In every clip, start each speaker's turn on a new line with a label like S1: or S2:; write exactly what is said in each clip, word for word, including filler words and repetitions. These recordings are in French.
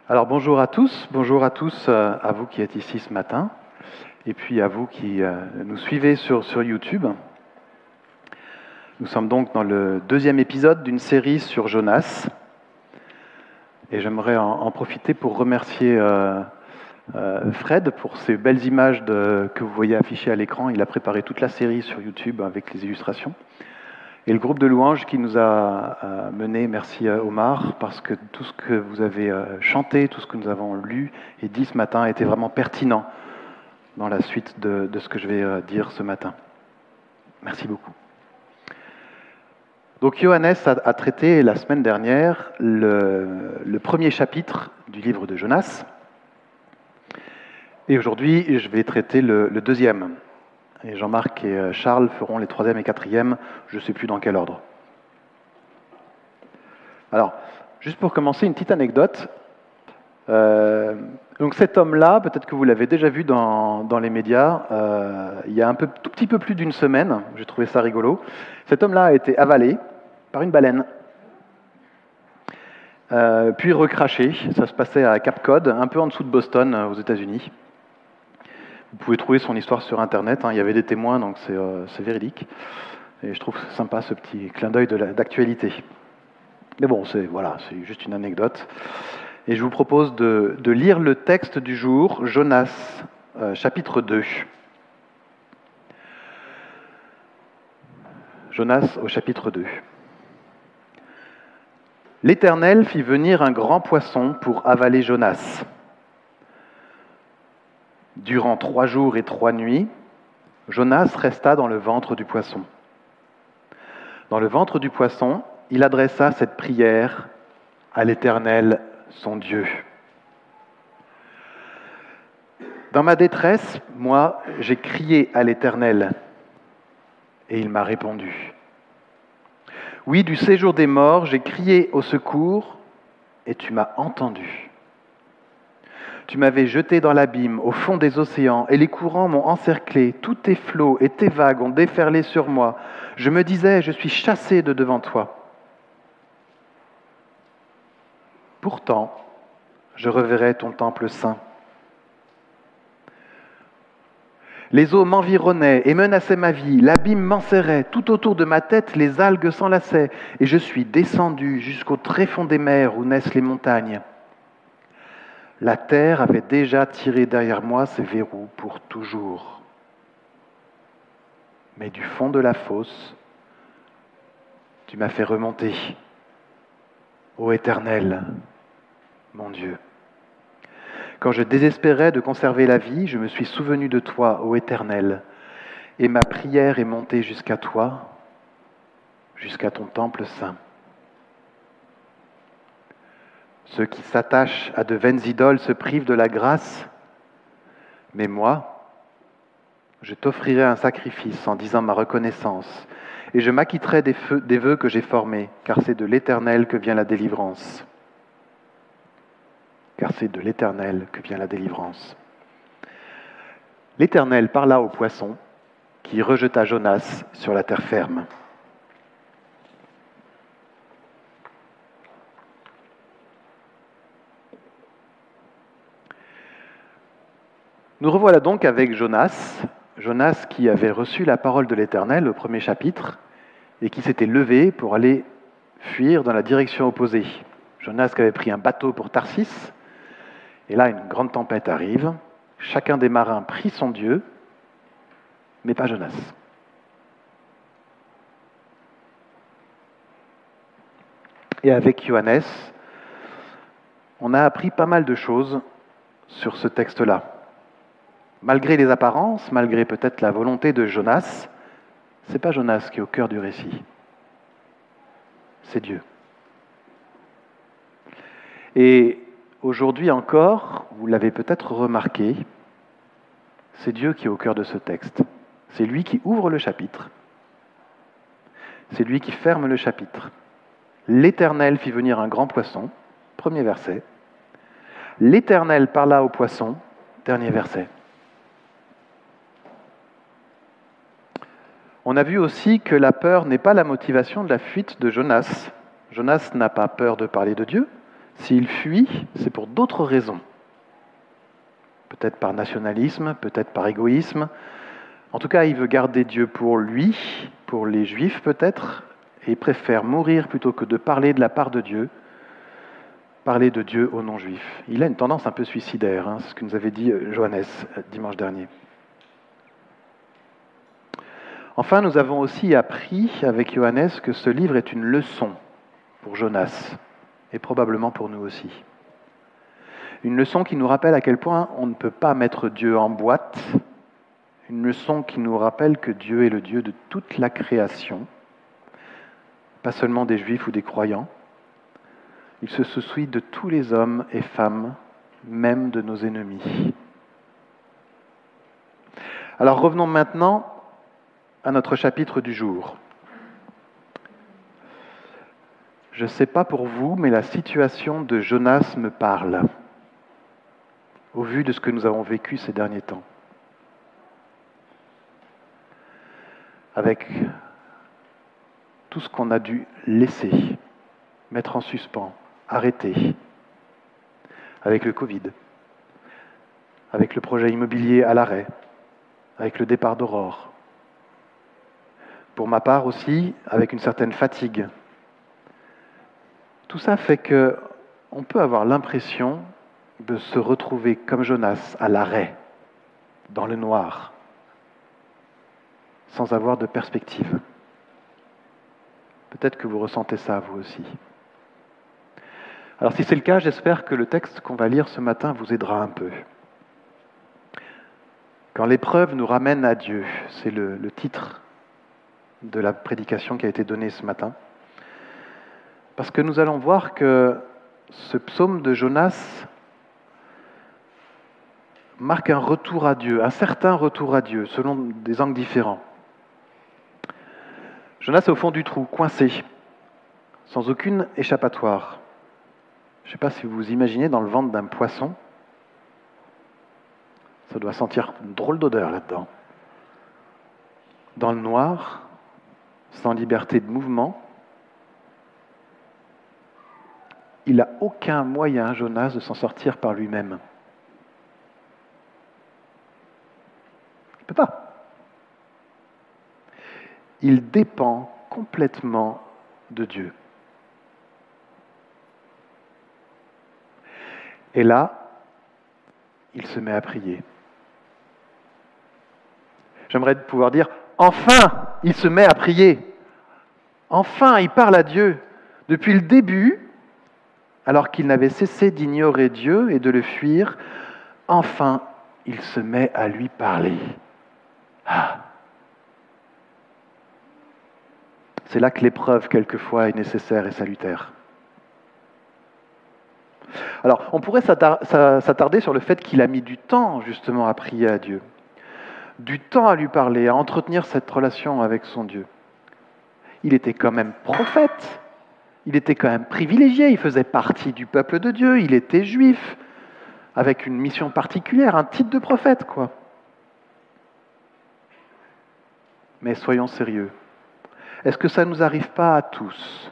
S1: Alors bonjour à tous, bonjour à tous, euh, à vous qui êtes ici ce matin, et puis à vous qui euh, nous suivez sur, sur YouTube. Nous sommes donc dans le deuxième épisode d'une série sur Jonas, et j'aimerais en, en profiter pour remercier euh, euh, Fred pour ces belles images de, que vous voyez affichées à l'écran. Il a préparé toute la série sur YouTube avec les illustrations. Et le groupe de louanges qui nous a euh, menés, merci euh, Omar, parce que tout ce que vous avez euh, chanté, tout ce que nous avons lu et dit ce matin était vraiment pertinent dans la suite de, de ce que je vais euh, dire ce matin. Merci beaucoup. Donc Johannes a, a traité la semaine dernière le, le premier chapitre du livre de Jonas. Et aujourd'hui, je vais traiter le, le deuxième. Et Jean-Marc et Charles feront les troisième et quatrième, je ne sais plus dans quel ordre. Alors, juste pour commencer, une petite anecdote. Euh, donc cet homme-là, peut-être que vous l'avez déjà vu dans, dans les médias, euh, il y a un peu, tout petit peu plus d'une semaine, j'ai trouvé ça rigolo. Cet homme-là a été avalé par une baleine, euh, puis recraché. Ça se passait à Cape Cod, un peu en dessous de Boston, aux États-Unis. Vous pouvez trouver son histoire sur Internet, hein, il y avait des témoins, donc c'est, euh, c'est véridique. Et je trouve sympa ce petit clin d'œil de la, d'actualité. Mais bon, c'est, voilà, c'est juste une anecdote. Et je vous propose de, de lire le texte du jour, Jonas, euh, chapitre deux. Jonas au chapitre deux. L'Éternel fit venir un grand poisson pour avaler Jonas. Durant trois jours et trois nuits, Jonas resta dans le ventre du poisson. Dans le ventre du poisson, il adressa cette prière à l'Éternel, son Dieu. Dans ma détresse, moi, j'ai crié à l'Éternel, et il m'a répondu. Oui, du séjour des morts, j'ai crié au secours, et tu m'as entendu. Tu m'avais jeté dans l'abîme, au fond des océans, et les courants m'ont encerclé. Tous tes flots et tes vagues ont déferlé sur moi. Je me disais, je suis chassé de devant toi. Pourtant, je reverrai ton temple saint. Les eaux m'environnaient et menaçaient ma vie. L'abîme m'enserrait. Tout autour de ma tête, les algues s'enlaçaient. Et je suis descendu jusqu'au tréfonds des mers où naissent les montagnes. La terre avait déjà tiré derrière moi ses verrous pour toujours. Mais du fond de la fosse, tu m'as fait remonter, ô Éternel, mon Dieu. Quand je désespérais de conserver la vie, je me suis souvenu de toi, ô Éternel, et ma prière est montée jusqu'à toi, jusqu'à ton temple saint. Ceux qui s'attachent à de vaines idoles se privent de la grâce, mais moi, je t'offrirai un sacrifice en disant ma reconnaissance, et je m'acquitterai des, feux, des vœux que j'ai formés, car c'est de l'Éternel que vient la délivrance. Car c'est de l'Éternel que vient la délivrance. L'Éternel parla au poisson, qui rejeta Jonas sur la terre ferme. Nous revoilà donc avec Jonas, Jonas qui avait reçu la parole de l'Éternel au premier chapitre et qui s'était levé pour aller fuir dans la direction opposée. Jonas qui avait pris un bateau pour Tarsis, et là une grande tempête arrive, chacun des marins prie son Dieu, mais pas Jonas. Et avec Johannes, on a appris pas mal de choses sur ce texte-là. Malgré les apparences, malgré peut-être la volonté de Jonas, c'est pas Jonas qui est au cœur du récit. C'est Dieu. Et aujourd'hui encore, vous l'avez peut-être remarqué, c'est Dieu qui est au cœur de ce texte. C'est lui qui ouvre le chapitre. C'est lui qui ferme le chapitre. L'Éternel fit venir un grand poisson, premier verset. L'Éternel parla au poisson, dernier verset. On a vu aussi que la peur n'est pas la motivation de la fuite de Jonas. Jonas n'a pas peur de parler de Dieu, S'il fuit, c'est pour d'autres raisons. Peut-être par nationalisme, peut-être par égoïsme. En tout cas, il veut garder Dieu pour lui, pour les Juifs peut-être, et il préfère mourir plutôt que de parler de la part de Dieu, parler de Dieu aux non-juifs. Il a une tendance un peu suicidaire, hein, c'est ce que nous avait dit Johannes dimanche dernier. Enfin, nous avons aussi appris avec Johannes que ce livre est une leçon pour Jonas, et probablement pour nous aussi. Une leçon qui nous rappelle à quel point on ne peut pas mettre Dieu en boîte, une leçon qui nous rappelle que Dieu est le Dieu de toute la création, pas seulement des Juifs ou des croyants. Il se soucie de tous les hommes et femmes, même de nos ennemis. Alors revenons maintenant à notre chapitre du jour. Je ne sais pas pour vous, mais la situation de Jonas me parle, au vu de ce que nous avons vécu ces derniers temps. Avec tout ce qu'on a dû laisser, mettre en suspens, arrêter, avec le Covid, avec le projet immobilier à l'arrêt, avec le départ d'Aurore. Pour ma part aussi, avec une certaine fatigue. Tout ça fait qu'on peut avoir l'impression de se retrouver comme Jonas à l'arrêt, dans le noir, sans avoir de perspective. Peut-être que vous ressentez ça vous aussi. Alors si c'est le cas, j'espère que le texte qu'on va lire ce matin vous aidera un peu. Quand l'épreuve nous ramène à Dieu, c'est le, le titre de la prédication qui a été donnée ce matin. Parce que nous allons voir que ce psaume de Jonas marque un retour à Dieu, un certain retour à Dieu, selon des angles différents. Jonas est au fond du trou, coincé, sans aucune échappatoire. Je ne sais pas si vous vous imaginez dans le ventre d'un poisson. Ça doit sentir une drôle d'odeur là-dedans. Dans le noir, sans liberté de mouvement. Il n'a aucun moyen, Jonas, de s'en sortir par lui-même. Il ne peut pas. Il dépend complètement de Dieu. Et là, il se met à prier. J'aimerais pouvoir dire, enfin, il se met à prier. Enfin, il parle à Dieu. Depuis le début, alors qu'il n'avait cessé d'ignorer Dieu et de le fuir, enfin, il se met à lui parler. Ah. C'est là que l'épreuve, quelquefois, est nécessaire et salutaire. Alors, on pourrait s'attarder sur le fait qu'il a mis du temps, justement, à prier à Dieu. Du temps à lui parler, à entretenir cette relation avec son Dieu. Il était quand même prophète. Il était quand même privilégié. Il faisait partie du peuple de Dieu. Il était juif, avec une mission particulière, un titre de prophète, quoi. Mais soyons sérieux. Est-ce que ça ne nous arrive pas à tous,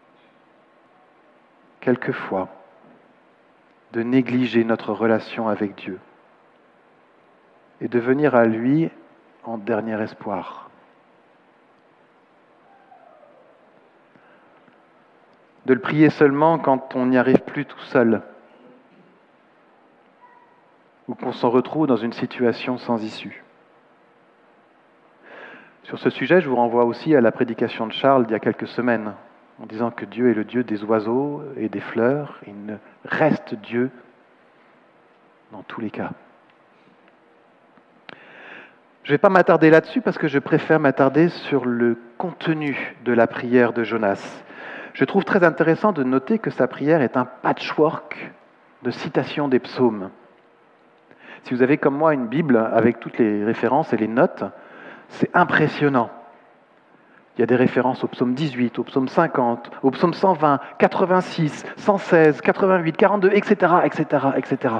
S1: quelquefois, de négliger notre relation avec Dieu et de venir à lui en dernier espoir? De le prier seulement quand on n'y arrive plus tout seul ou qu'on s'en retrouve dans une situation sans issue. Sur ce sujet, je vous renvoie aussi à la prédication de Charles d'il y a quelques semaines, en disant que Dieu est le Dieu des oiseaux et des fleurs. Il ne reste Dieu dans tous les cas. Je ne vais pas m'attarder là-dessus parce que je préfère m'attarder sur le contenu de la prière de Jonas. Je trouve très intéressant de noter que sa prière est un patchwork de citations des psaumes. Si vous avez comme moi une Bible avec toutes les références et les notes, c'est impressionnant. Il y a des références au psaume dix-huit, au psaume cinquante, au psaume cent vingt, quatre-vingt-six, cent seize, quatre-vingt-huit, quarante-deux, et cetera, et cetera, et cetera.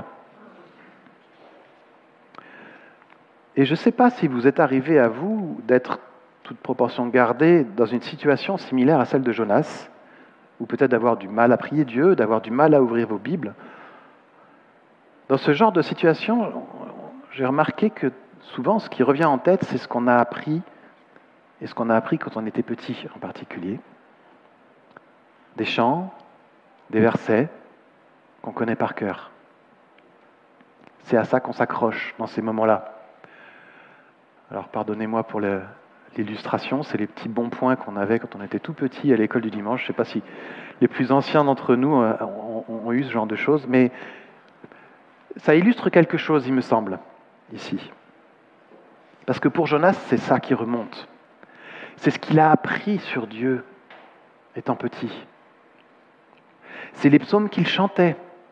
S1: Et je ne sais pas si vous êtes arrivé à vous d'être, toute proportion gardée, dans une situation similaire à celle de Jonas, ou peut-être d'avoir du mal à prier Dieu, d'avoir du mal à ouvrir vos Bibles. Dans ce genre de situation, j'ai remarqué que souvent, ce qui revient en tête, c'est ce qu'on a appris, et ce qu'on a appris quand on était petit en particulier. Des chants, des versets qu'on connaît par cœur. C'est à ça qu'on s'accroche dans ces moments-là. Alors pardonnez-moi pour le, l'illustration, c'est les petits bons points qu'on avait quand on était tout petit à l'école du dimanche. Je ne sais pas si les plus anciens d'entre nous ont, ont, ont eu ce genre de choses, mais ça illustre quelque chose, il me semble, ici. Parce que pour Jonas, c'est ça qui remonte. C'est ce qu'il a appris sur Dieu étant petit. C'est les psaumes qu'il chantait.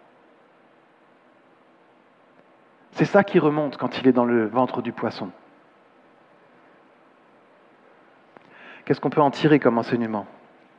S1: C'est ça qui remonte quand il est dans le ventre du poisson. Qu'est-ce qu'on peut en tirer comme enseignement ?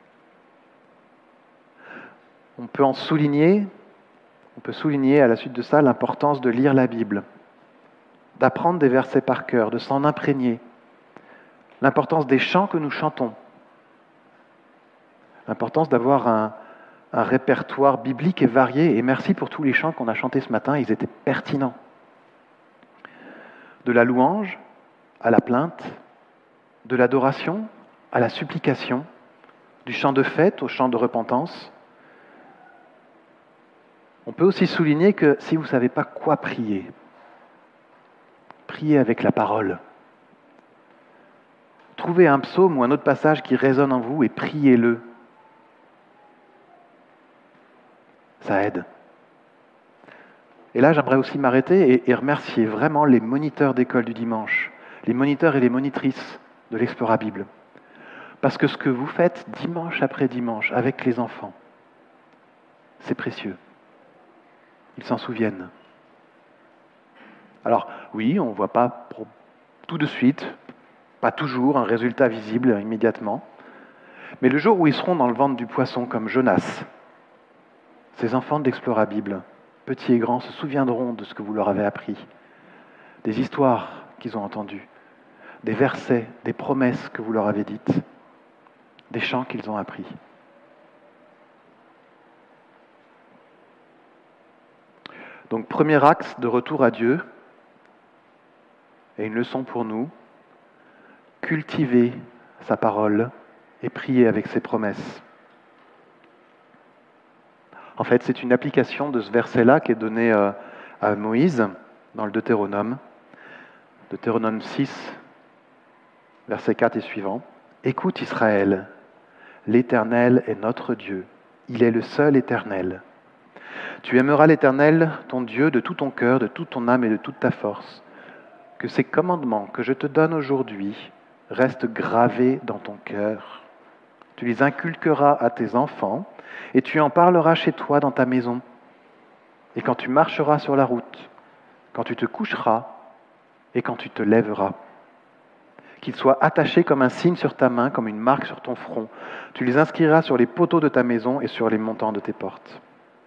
S1: On peut en souligner, on peut souligner à la suite de ça l'importance de lire la Bible, d'apprendre des versets par cœur, de s'en imprégner, l'importance des chants que nous chantons, l'importance d'avoir un, un répertoire biblique et varié, et merci pour tous les chants qu'on a chantés ce matin, ils étaient pertinents. De la louange à la plainte, de l'adoration à la supplication, du chant de fête au chant de repentance. On peut aussi souligner que si vous ne savez pas quoi prier, priez avec la parole. Trouvez un psaume ou un autre passage qui résonne en vous et priez-le. Ça aide. Et là, j'aimerais aussi m'arrêter et, et remercier vraiment les moniteurs d'école du dimanche, les moniteurs et les monitrices de l'Explora Bible. Parce que ce que vous faites dimanche après dimanche avec les enfants, c'est précieux. Ils s'en souviennent. Alors, oui, on ne voit pas tout de suite, pas toujours un résultat visible immédiatement, mais le jour où ils seront dans le ventre du poisson comme Jonas, ces enfants de l'Explora Bible, petits et grands, se souviendront de ce que vous leur avez appris, des histoires qu'ils ont entendues, des versets, des promesses que vous leur avez dites, des chants qu'ils ont appris. Donc, premier axe de retour à Dieu, et une leçon pour nous, cultiver sa parole et prier avec ses promesses. En fait, c'est une application de ce verset-là qui est donné à Moïse dans le Deutéronome. Deutéronome six, verset quatre et suivant. « Écoute Israël, l'Éternel est notre Dieu, il est le seul Éternel. Tu aimeras l'Éternel, ton Dieu, de tout ton cœur, de toute ton âme et de toute ta force. Que ces commandements que je te donne aujourd'hui restent gravés dans ton cœur. Tu les inculqueras à tes enfants et tu en parleras chez toi dans ta maison. Et quand tu marcheras sur la route, quand tu te coucheras et quand tu te lèveras. Qu'ils soient attachés comme un signe sur ta main, comme une marque sur ton front. Tu les inscriras sur les poteaux de ta maison et sur les montants de tes portes. »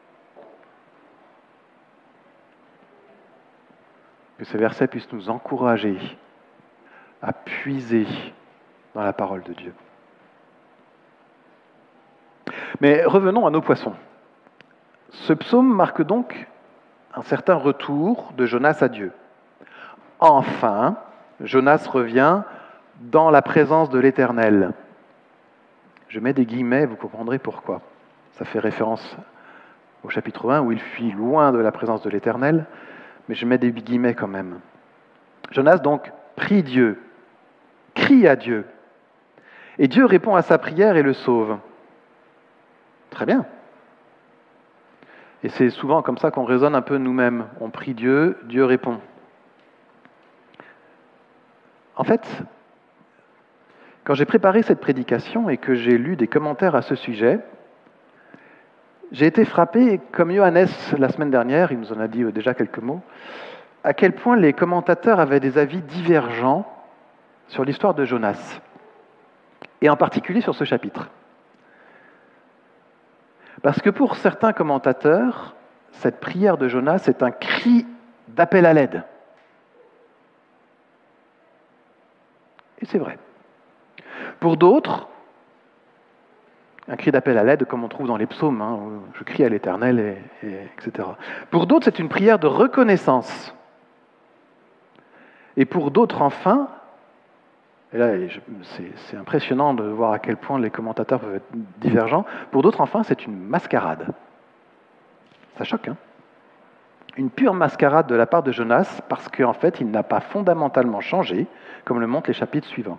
S1: Que ces versets puissent nous encourager à puiser dans la parole de Dieu. Mais revenons à nos poissons. Ce psaume marque donc un certain retour de Jonas à Dieu. Enfin, Jonas revient dans la présence de l'Éternel. Je mets des guillemets, vous comprendrez pourquoi. Ça fait référence au chapitre un où il fuit loin de la présence de l'Éternel, mais je mets des guillemets quand même. Jonas donc prie Dieu, crie à Dieu, et Dieu répond à sa prière et le sauve. Très bien. Et c'est souvent comme ça qu'on raisonne un peu nous-mêmes. On prie Dieu, Dieu répond. En fait, quand j'ai préparé cette prédication et que j'ai lu des commentaires à ce sujet, j'ai été frappé, comme Johannes la semaine dernière, il nous en a dit déjà quelques mots, à quel point les commentateurs avaient des avis divergents sur l'histoire de Jonas, et en particulier sur ce chapitre. Parce que pour certains commentateurs, cette prière de Jonas est un cri d'appel à l'aide. Et c'est vrai. Pour d'autres, un cri d'appel à l'aide comme on trouve dans les psaumes, hein, où je crie à l'Éternel, et, et, etc. Pour d'autres, c'est une prière de reconnaissance. Et pour d'autres, enfin, et là c'est, c'est impressionnant de voir à quel point les commentateurs peuvent être divergents, pour d'autres, enfin, c'est une mascarade. Ça choque, hein ? Une pure mascarade de la part de Jonas, parce qu'en fait, il n'a pas fondamentalement changé, comme le montrent les chapitres suivants.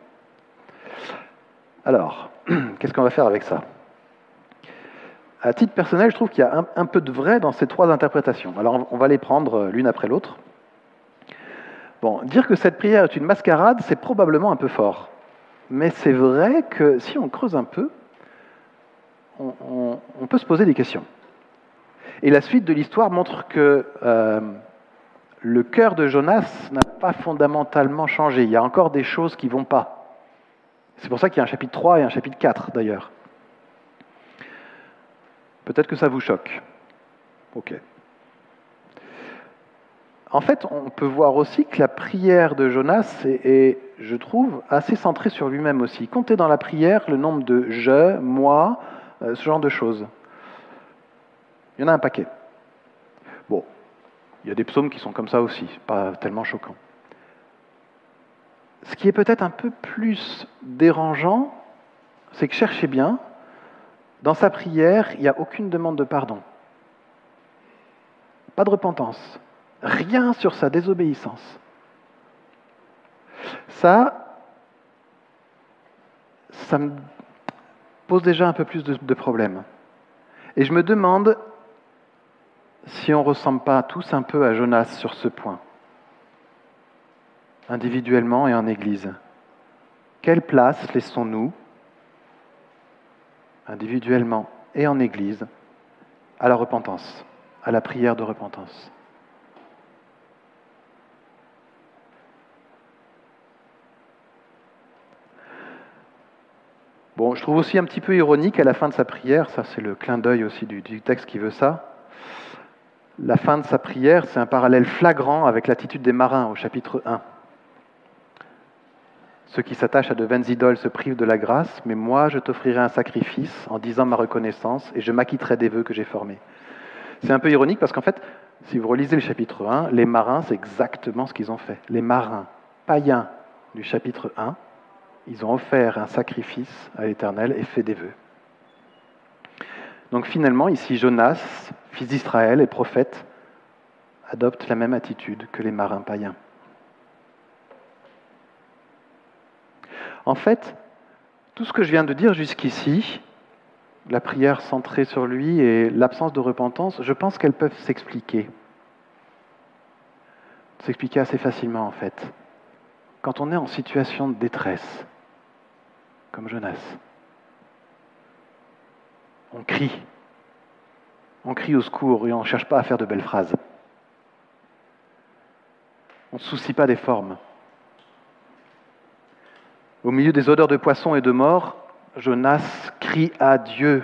S1: Alors, qu'est-ce qu'on va faire avec ça ? À titre personnel, je trouve qu'il y a un, un peu de vrai dans ces trois interprétations. Alors, on va les prendre l'une après l'autre. Bon, dire que cette prière est une mascarade, c'est probablement un peu fort. Mais c'est vrai que si on creuse un peu, on, on, on peut se poser des questions. Et la suite de l'histoire montre que euh, le cœur de Jonas n'a pas fondamentalement changé. Il y a encore des choses qui ne vont pas. C'est pour ça qu'il y a un chapitre trois et un chapitre quatre, d'ailleurs. Peut-être que ça vous choque. Ok. En fait, on peut voir aussi que la prière de Jonas est, est, je trouve, assez centrée sur lui-même aussi. Comptez dans la prière le nombre de « je »,« moi euh, », ce genre de choses. Il y en a un paquet. Bon, il y a des psaumes qui sont comme ça aussi, pas tellement choquants. Ce qui est peut-être un peu plus dérangeant, c'est que, cherchez bien, dans sa prière, il n'y a aucune demande de pardon. Pas de repentance. Rien sur sa désobéissance. Ça, ça me pose déjà un peu plus de, de problèmes. Et je me demande si on ne ressemble pas tous un peu à Jonas sur ce point, individuellement et en Église. Quelle place laissons-nous, individuellement et en Église, à la repentance, à la prière de repentance ? Bon, je trouve aussi un petit peu ironique à la fin de sa prière, ça c'est le clin d'œil aussi du, du texte qui veut ça. La fin de sa prière, c'est un parallèle flagrant avec l'attitude des marins au chapitre un. Ceux qui s'attachent à de vaines idoles se privent de la grâce, mais moi je t'offrirai un sacrifice en disant ma reconnaissance et je m'acquitterai des vœux que j'ai formés. C'est un peu ironique parce qu'en fait, si vous relisez le chapitre un, les marins, c'est exactement ce qu'ils ont fait. Les marins païens du chapitre un, ils ont offert un sacrifice à l'Éternel et fait des vœux. Donc finalement, ici, Jonas, fils d'Israël et prophète, adopte la même attitude que les marins païens. En fait, tout ce que je viens de dire jusqu'ici, la prière centrée sur lui et l'absence de repentance, je pense qu'elles peuvent s'expliquer. S'expliquer assez facilement, en fait. Quand on est en situation de détresse, comme Jonas, on crie. On crie au secours et on ne cherche pas à faire de belles phrases. On ne se soucie pas des formes. Au milieu des odeurs de poisson et de mort, Jonas crie à Dieu.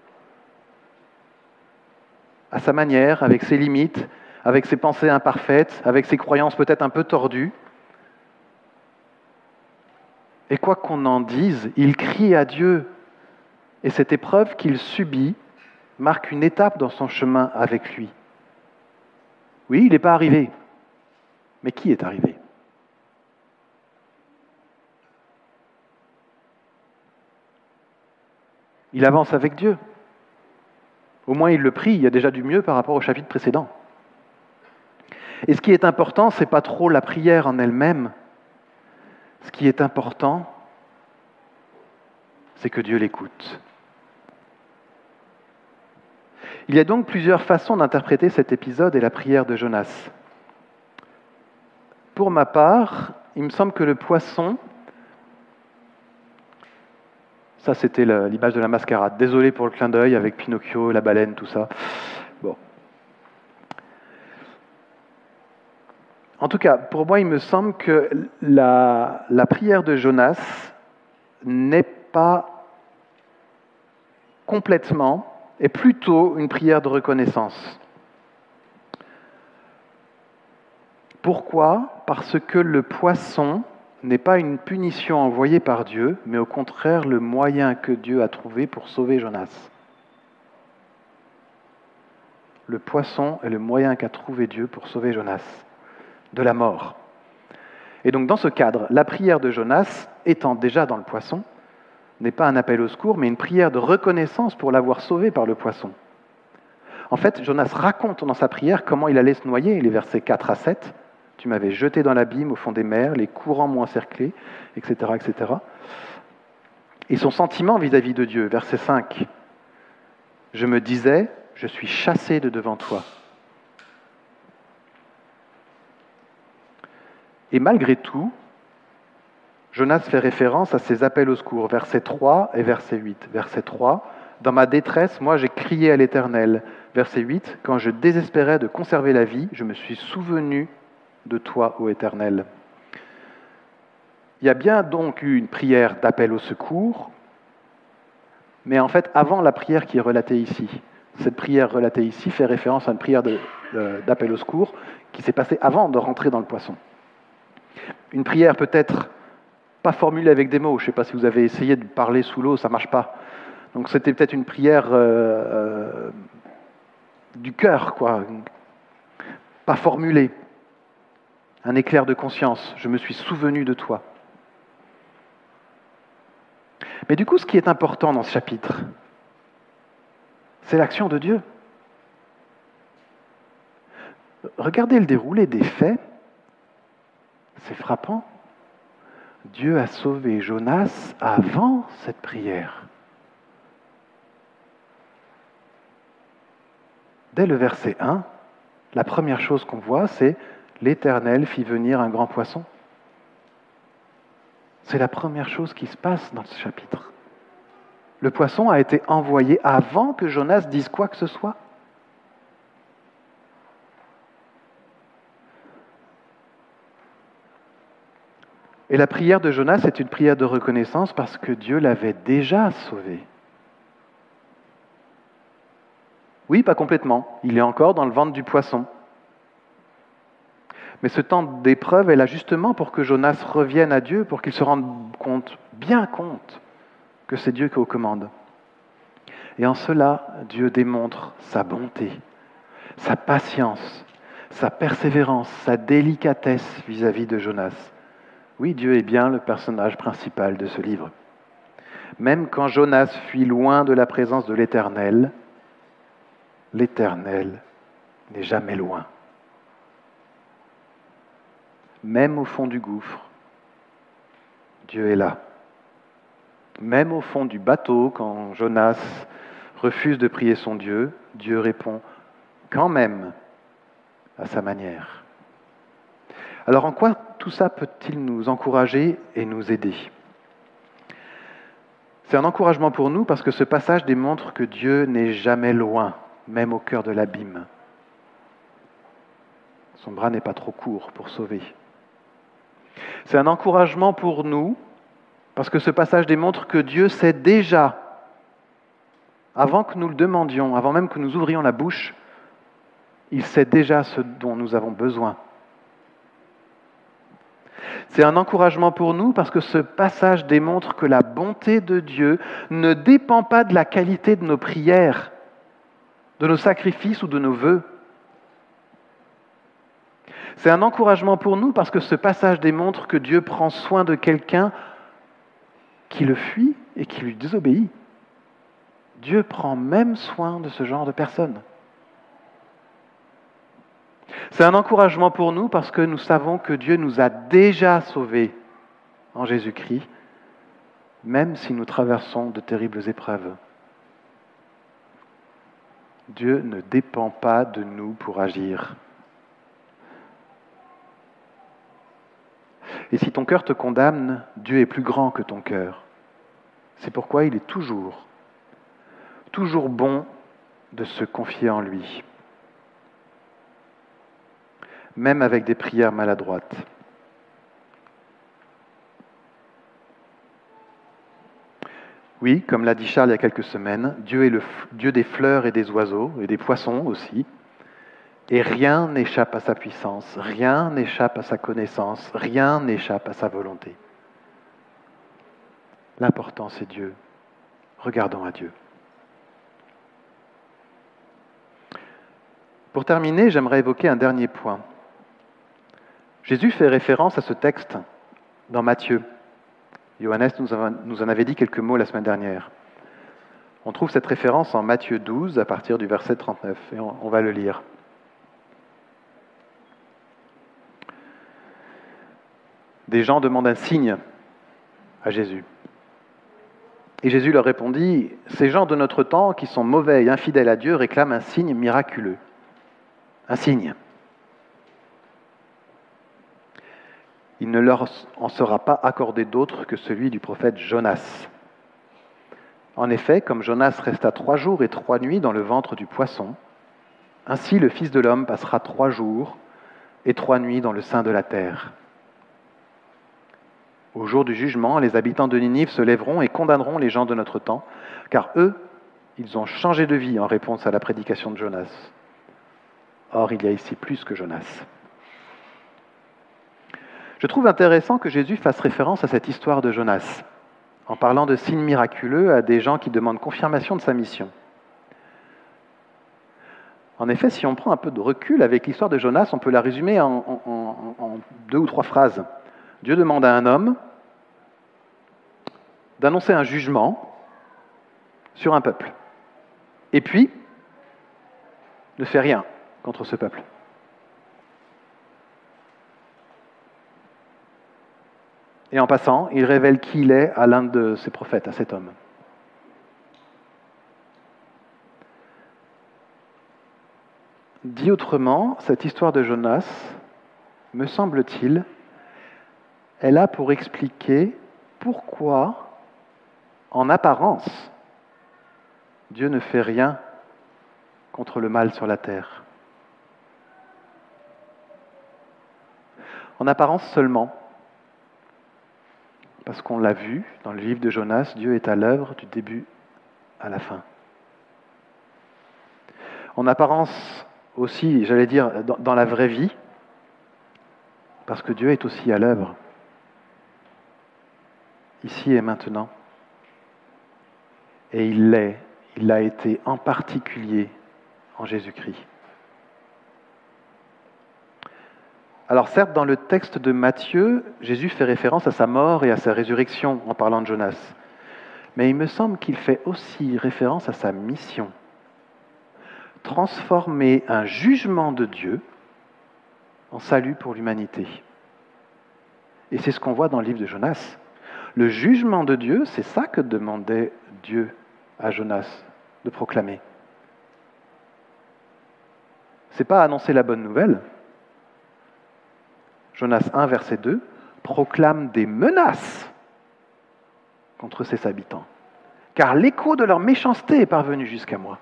S1: À sa manière, avec ses limites, avec ses pensées imparfaites, avec ses croyances peut-être un peu tordues. Et quoi qu'on en dise, il crie à Dieu. Et cette épreuve qu'il subit marque une étape dans son chemin avec lui. Oui, il n'est pas arrivé. Mais qui est arrivé ? Il avance avec Dieu. Au moins, il le prie. Il y a déjà du mieux par rapport au chapitre précédent. Et ce qui est important, ce n'est pas trop la prière en elle-même. Ce qui est important, c'est que Dieu l'écoute. Il y a donc plusieurs façons d'interpréter cet épisode et la prière de Jonas. Pour ma part, il me semble que le poisson, ça c'était l'image de la mascarade. Désolé pour le clin d'œil avec Pinocchio, la baleine, tout ça. Bon. En tout cas, pour moi, il me semble que la, la prière de Jonas n'est pas complètement, est plutôt une prière de reconnaissance. Pourquoi ? Parce que le poisson n'est pas une punition envoyée par Dieu, mais au contraire le moyen que Dieu a trouvé pour sauver Jonas. Le poisson est le moyen qu'a trouvé Dieu pour sauver Jonas de la mort. Et donc dans ce cadre, la prière de Jonas, étant déjà dans le poisson, n'est pas un appel au secours, mais une prière de reconnaissance pour l'avoir sauvé par le poisson. En fait, Jonas raconte dans sa prière comment il allait se noyer, les versets quatre à sept. « Tu m'avais jeté dans l'abîme au fond des mers, les courants m'ont encerclé, et cetera, et cetera » Et son sentiment vis-à-vis de Dieu, verset cinq. « Je me disais, je suis chassé de devant toi. » Et malgré tout, Jonas fait référence à ses appels au secours, versets trois et verset huit. Verset trois, « Dans ma détresse, moi j'ai crié à l'Éternel. » Verset huit, « Quand je désespérais de conserver la vie, je me suis souvenu de toi, ô Éternel. » Il y a bien donc eu une prière d'appel au secours, mais en fait, avant la prière qui est relatée ici, cette prière relatée ici fait référence à une prière de, de, d'appel au secours qui s'est passée avant de rentrer dans le poisson. Une prière peut-être pas formulée avec des mots. Je ne sais pas si vous avez essayé de parler sous l'eau, ça ne marche pas. Donc c'était peut-être une prière euh, euh, du cœur, quoi, pas formulée. Un éclair de conscience. Je me suis souvenu de toi. Mais du coup, ce qui est important dans ce chapitre, c'est l'action de Dieu. Regardez le déroulé des faits. C'est frappant. Dieu a sauvé Jonas avant cette prière. Dès le verset un, la première chose qu'on voit, c'est « L'Éternel fit venir un grand poisson ». C'est la première chose qui se passe dans ce chapitre. Le poisson a été envoyé avant que Jonas dise quoi que ce soit. Et la prière de Jonas est une prière de reconnaissance parce que Dieu l'avait déjà sauvé. Oui, pas complètement. Il est encore dans le ventre du poisson. Mais ce temps d'épreuve est là justement pour que Jonas revienne à Dieu, pour qu'il se rende compte, bien compte, que c'est Dieu qui est aux commandes. Et en cela, Dieu démontre sa bonté, sa patience, sa persévérance, sa délicatesse vis-à-vis de Jonas. Oui, Dieu est bien le personnage principal de ce livre. Même quand Jonas fuit loin de la présence de l'Éternel, l'Éternel n'est jamais loin. Même au fond du gouffre, Dieu est là. Même au fond du bateau, quand Jonas refuse de prier son Dieu, Dieu répond quand même à sa manière. Alors en quoi tout ça peut-il nous encourager et nous aider ? C'est un encouragement pour nous parce que ce passage démontre que Dieu n'est jamais loin, même au cœur de l'abîme. Son bras n'est pas trop court pour sauver. C'est un encouragement pour nous parce que ce passage démontre que Dieu sait déjà, avant que nous le demandions, avant même que nous ouvrions la bouche, il sait déjà ce dont nous avons besoin. C'est un encouragement pour nous parce que ce passage démontre que la bonté de Dieu ne dépend pas de la qualité de nos prières, de nos sacrifices ou de nos vœux. C'est un encouragement pour nous parce que ce passage démontre que Dieu prend soin de quelqu'un qui le fuit et qui lui désobéit. Dieu prend même soin de ce genre de personnes. C'est un encouragement pour nous parce que nous savons que Dieu nous a déjà sauvés en Jésus-Christ, même si nous traversons de terribles épreuves. Dieu ne dépend pas de nous pour agir. Et si ton cœur te condamne, Dieu est plus grand que ton cœur. C'est pourquoi il est toujours, toujours bon de se confier en lui, même avec des prières maladroites. Oui, comme l'a dit Charles il y a quelques semaines, Dieu est le Dieu des fleurs et des oiseaux, et des poissons aussi, Et rien n'échappe à sa puissance, rien n'échappe à sa connaissance, rien n'échappe à sa volonté. L'important, c'est Dieu. Regardons à Dieu. Pour terminer, j'aimerais évoquer un dernier point. Jésus fait référence à ce texte dans Matthieu. Johannes nous en avait dit quelques mots la semaine dernière. On trouve cette référence en Matthieu douze à partir du verset trente-neuf, et on va le lire. Des gens demandent un signe à Jésus. Et Jésus leur répondit, « Ces gens de notre temps qui sont mauvais et infidèles à Dieu réclament un signe miraculeux. » Un signe. Il ne leur en sera pas accordé d'autre que celui du prophète Jonas. En effet, comme Jonas resta trois jours et trois nuits dans le ventre du poisson, ainsi le Fils de l'homme passera trois jours et trois nuits dans le sein de la terre. Au jour du jugement, les habitants de Ninive se lèveront et condamneront les gens de notre temps, car eux, ils ont changé de vie en réponse à la prédication de Jonas. Or, il y a ici plus que Jonas. Je trouve intéressant que Jésus fasse référence à cette histoire de Jonas, en parlant de signes miraculeux à des gens qui demandent confirmation de sa mission. En effet, si on prend un peu de recul avec l'histoire de Jonas, on peut la résumer en, en, en, en deux ou trois phrases. Dieu demande à un homme d'annoncer un jugement sur un peuple. Et puis, ne fait rien contre ce peuple. Et en passant, il révèle qui il est à l'un de ses prophètes, à cet homme. Dit autrement, cette histoire de Jonas, me semble-t-il, elle a pour expliquer pourquoi, en apparence, Dieu ne fait rien contre le mal sur la terre. En apparence seulement, parce qu'on l'a vu dans le livre de Jonas, Dieu est à l'œuvre du début à la fin. En apparence aussi, j'allais dire, dans, dans la vraie vie, parce que Dieu est aussi à l'œuvre, ici et maintenant. Et il l'est, il l'a été en particulier en Jésus-Christ. Alors certes, dans le texte de Matthieu, Jésus fait référence à sa mort et à sa résurrection en parlant de Jonas. Mais il me semble qu'il fait aussi référence à sa mission. Transformer un jugement de Dieu en salut pour l'humanité. Et c'est ce qu'on voit dans le livre de Jonas. Le jugement de Dieu, c'est ça que demandait Dieu à Jonas de proclamer. Ce n'est pas annoncer la bonne nouvelle. Jonas un, verset deux, proclame des menaces contre ses habitants, car l'écho de leur méchanceté est parvenu jusqu'à moi.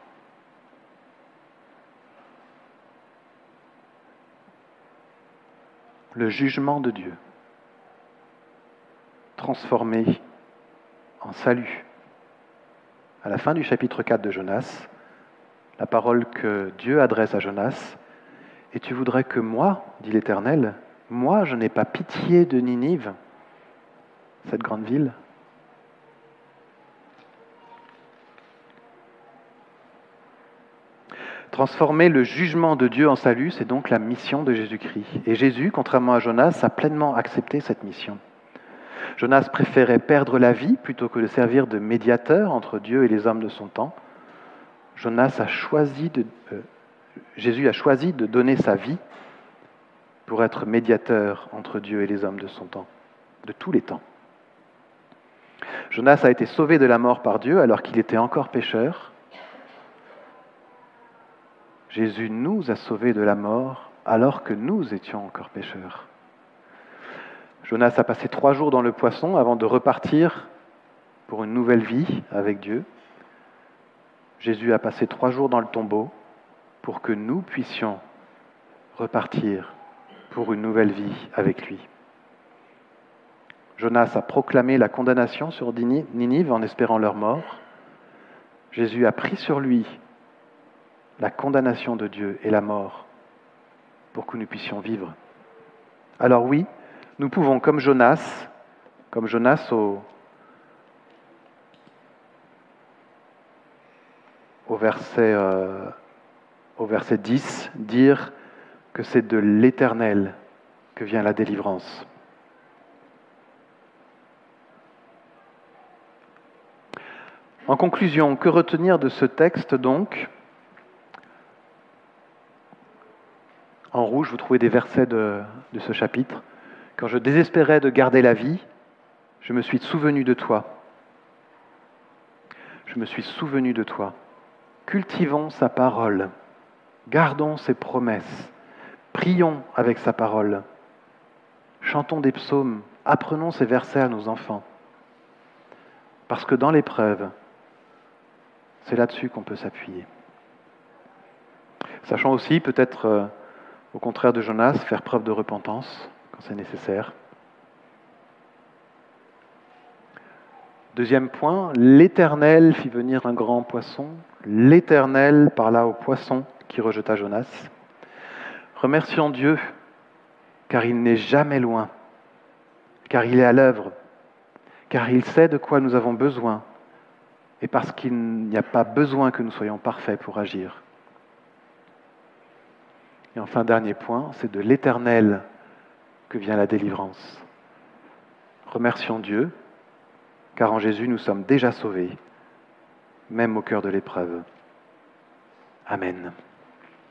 S1: Le jugement de Dieu, transformé en salut. À la fin du chapitre quatre de Jonas, la parole que Dieu adresse à Jonas, « Et tu voudrais que moi, dit l'Éternel, moi je n'ai pas pitié de Ninive, cette grande ville. » Transformer le jugement de Dieu en salut, c'est donc la mission de Jésus-Christ. Et Jésus, contrairement à Jonas, a pleinement accepté cette mission. Jonas préférait perdre la vie plutôt que de servir de médiateur entre Dieu et les hommes de son temps. Jonas a choisi de, euh, Jésus a choisi de donner sa vie pour être médiateur entre Dieu et les hommes de son temps, de tous les temps. Jonas a été sauvé de la mort par Dieu alors qu'il était encore pécheur. Jésus nous a sauvés de la mort alors que nous étions encore pécheurs. Jonas a passé trois jours dans le poisson avant de repartir pour une nouvelle vie avec Dieu. Jésus a passé trois jours dans le tombeau pour que nous puissions repartir pour une nouvelle vie avec lui. Jonas a proclamé la condamnation sur Ninive en espérant leur mort. Jésus a pris sur lui la condamnation de Dieu et la mort pour que nous puissions vivre. Alors oui, nous pouvons, comme Jonas, comme Jonas au, au, verset, euh, au verset dix, dire que c'est de l'Éternel que vient la délivrance. En conclusion, que retenir de ce texte donc ? En rouge, vous trouvez des versets de, de ce chapitre. Quand je désespérais de garder la vie, je me suis souvenu de toi. Je me suis souvenu de toi. Cultivons sa parole. Gardons ses promesses. Prions avec sa parole. Chantons des psaumes. Apprenons ces versets à nos enfants. Parce que dans l'épreuve, c'est là-dessus qu'on peut s'appuyer. Sachant aussi, peut-être, euh, au contraire de Jonas, faire preuve de repentance quand c'est nécessaire. Deuxième point, l'Éternel fit venir un grand poisson. L'Éternel parla au poisson qui rejeta Jonas. Remercions Dieu, car il n'est jamais loin, car il est à l'œuvre, car il sait de quoi nous avons besoin, et parce qu'il n'y a pas besoin que nous soyons parfaits pour agir. Et enfin, dernier point, c'est de l'Éternel que vient la délivrance. Remercions Dieu, car en Jésus nous sommes déjà sauvés, même au cœur de l'épreuve. Amen.